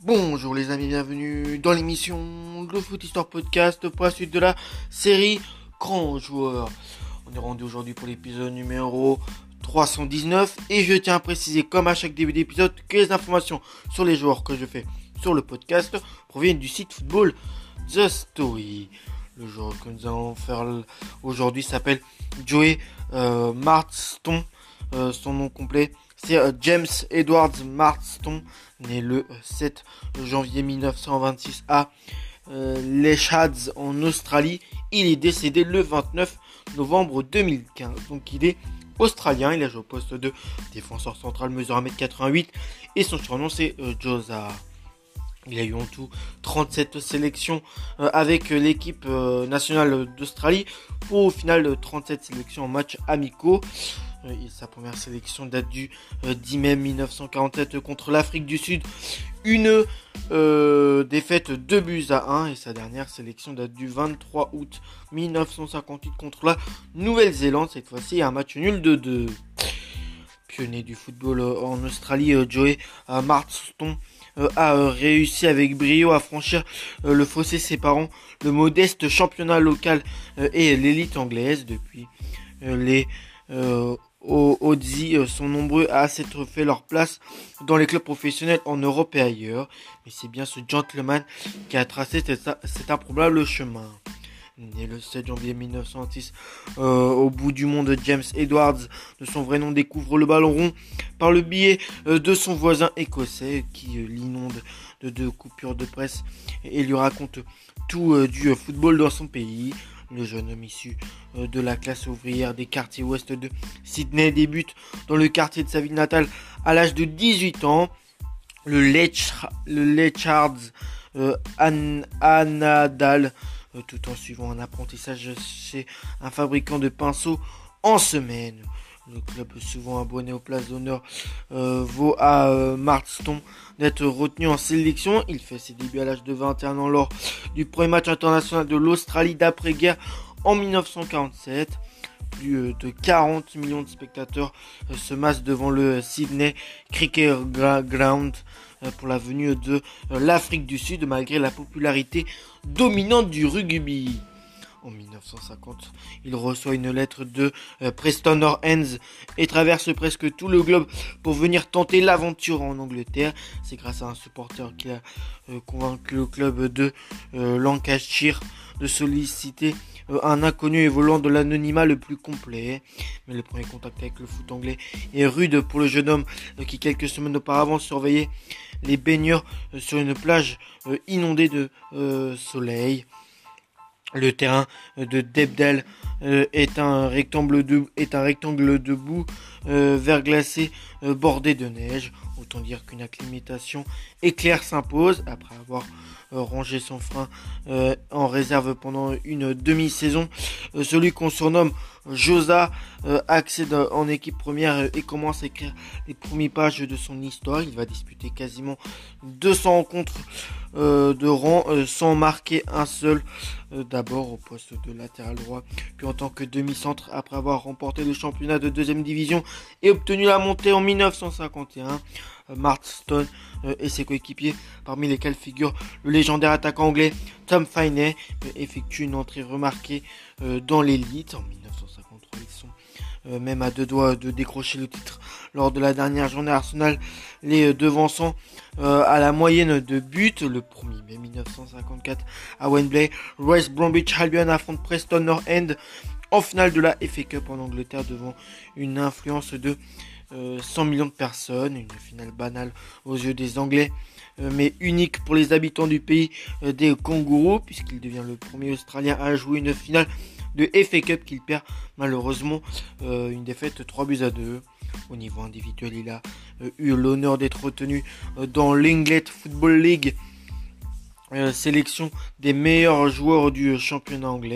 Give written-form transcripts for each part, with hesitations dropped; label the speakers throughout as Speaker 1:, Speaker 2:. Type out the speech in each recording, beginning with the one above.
Speaker 1: Bonjour les amis, bienvenue dans l'émission Le Foot Histoire Podcast pour la suite de la série Grand Joueur. On est rendu aujourd'hui pour l'épisode numéro 319 et je tiens à préciser comme à chaque début d'épisode que les informations sur les joueurs que je fais sur le podcast proviennent du site Football The Story. Le joueur que nous allons faire aujourd'hui s'appelle Joey Marston. Son nom complet c'est James Edwards Marston, né le 7 janvier 1926 à Leichhardt en Australie. Il est décédé le 29 novembre 2015. Donc il est australien, il a joué au poste de défenseur central, mesure 1m88 et son surnom c'est Joza. Il a eu en tout 37 sélections avec l'équipe nationale d'Australie pour au final 37 sélections en matchs amicaux. Sa première sélection date du 10 mai 1947 contre l'Afrique du Sud. Une défaite 2-1 et sa dernière sélection date du 23 août 1958 contre la Nouvelle-Zélande. Cette fois-ci un match nul de 2. Pionnier du football en Australie, Joey Marston a réussi avec brio à franchir le fossé séparant le modeste championnat local et l'élite anglaise. Depuis les Aussie sont nombreux à s'être fait leur place dans les clubs professionnels en Europe et ailleurs, mais c'est bien ce gentleman qui a tracé cet improbable chemin. Né le 7 janvier 1906 au bout du monde, James Edwards, de son vrai nom, découvre le ballon rond par le biais de son voisin écossais qui l'inonde de 2 coupures de presse et lui raconte tout du football dans son pays. Le jeune homme issu de la classe ouvrière des quartiers ouest de Sydney débute dans le quartier de sa ville natale à l'âge de 18 ans. Le Leichhardt Anadal, tout en suivant un apprentissage chez un fabricant de pinceaux en semaine. Le club, souvent abonné aux places d'honneur, vaut à Marston d'être retenu en sélection. Il fait ses débuts à l'âge de 21 ans lors du premier match international de l'Australie d'après-guerre en 1947. Plus de 40 millions de spectateurs se massent devant le Sydney Cricket Ground pour la venue de l'Afrique du Sud malgré la popularité dominante du rugby. En 1950, il reçoit une lettre de Preston North End et traverse presque tout le globe pour venir tenter l'aventure en Angleterre. C'est grâce à un supporter qui a convaincu le club de Lancashire de solliciter un inconnu évoluant de l'anonymat le plus complet. Mais le premier contact avec le foot anglais est rude pour le jeune homme qui quelques semaines auparavant surveillait les baigneurs sur une plage inondée de soleil. Le terrain de Debdale est un rectangle de boue verglacé bordé de neige. Autant dire qu'une acclimatation éclair s'impose. Après avoir rangé son frein en réserve pendant une demi-saison, celui qu'on surnomme Joza accède en équipe première et commence à écrire les premières pages de son histoire. Il va disputer quasiment 200 rencontres de rang sans marquer un seul. D'abord au poste de latéral droit, puis en tant que demi-centre après avoir remporté le championnat de deuxième division et obtenu la montée en 1951. Marston et ses coéquipiers, parmi lesquels figure le légendaire attaquant anglais Tom Finney, effectuent une entrée remarquée dans l'élite. En 1953, ils sont même à 2 doigts de décrocher le titre lors de la dernière journée. Arsenal les devançant à la moyenne de buts. Le 1er mai 1954 à Wembley, West Bromwich Albion affronte Preston North End en finale de la FA Cup en Angleterre devant une influence de 100 millions de personnes. Une finale banale aux yeux des Anglais, mais unique pour les habitants du pays des Kangourous, puisqu'il devient le premier Australien à jouer une finale de FA Cup qu'il perd malheureusement une défaite 3-2. Au niveau individuel, il a eu l'honneur d'être retenu dans l'England Football League, sélection des meilleurs joueurs du championnat anglais.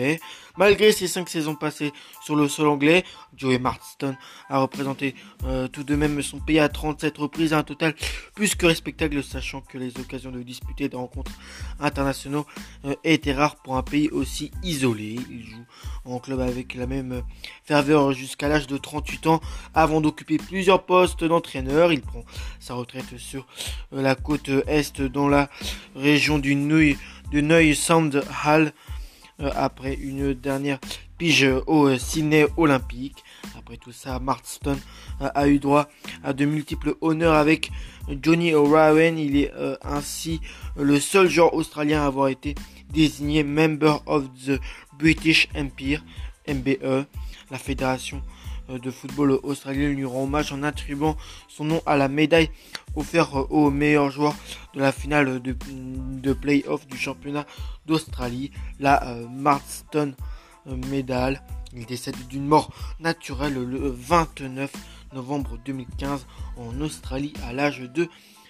Speaker 1: Malgré ses 5 saisons passées sur le sol anglais, Joey Marston a représenté tout de même son pays à 37 reprises, un total plus que respectable, sachant que les occasions de disputer des rencontres internationaux étaient rares pour un pays aussi isolé. Il joue en club avec la même ferveur jusqu'à l'âge de 38 ans, avant d'occuper plusieurs postes d'entraîneur. Il prend sa retraite sur la côte est dans la région de Neuilly-Sound-Hall après une dernière pige au Sydney Olympique. Après tout ça, Marston a eu droit à de multiples honneurs avec Johnny O'Brien. Il est ainsi le seul joueur australien à avoir été désigné Member of the British Empire, MBE. La fédération de football australien lui rend hommage en attribuant son nom à la médaille offerte au meilleur joueur de la finale de play-off du championnat d'Australie, la Marston Medal. Il décède d'une mort naturelle le 29 novembre 2015 en Australie à l'âge de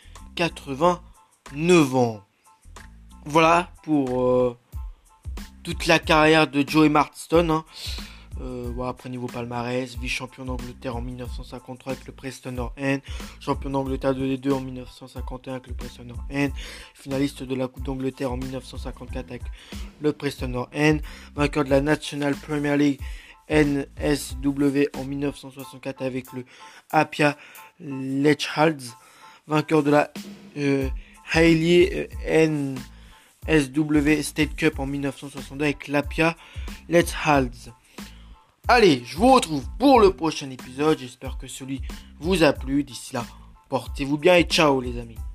Speaker 1: 89 ans. Voilà pour toute la carrière de Joey Marston. Après niveau palmarès, vice-champion d'Angleterre en 1953 avec le Preston North End, champion d'Angleterre de D2 en 1951 avec le Preston North End, finaliste de la Coupe d'Angleterre en 1954 avec le Preston North End, vainqueur de la National Premier League NSW en 1964 avec le Apia Lechhalds, vainqueur de la Hailey NSW State Cup en 1962 avec l'Apia Lechhalds. Allez, je vous retrouve pour le prochain épisode. J'espère que celui vous a plu. D'ici là, portez-vous bien et ciao les amis.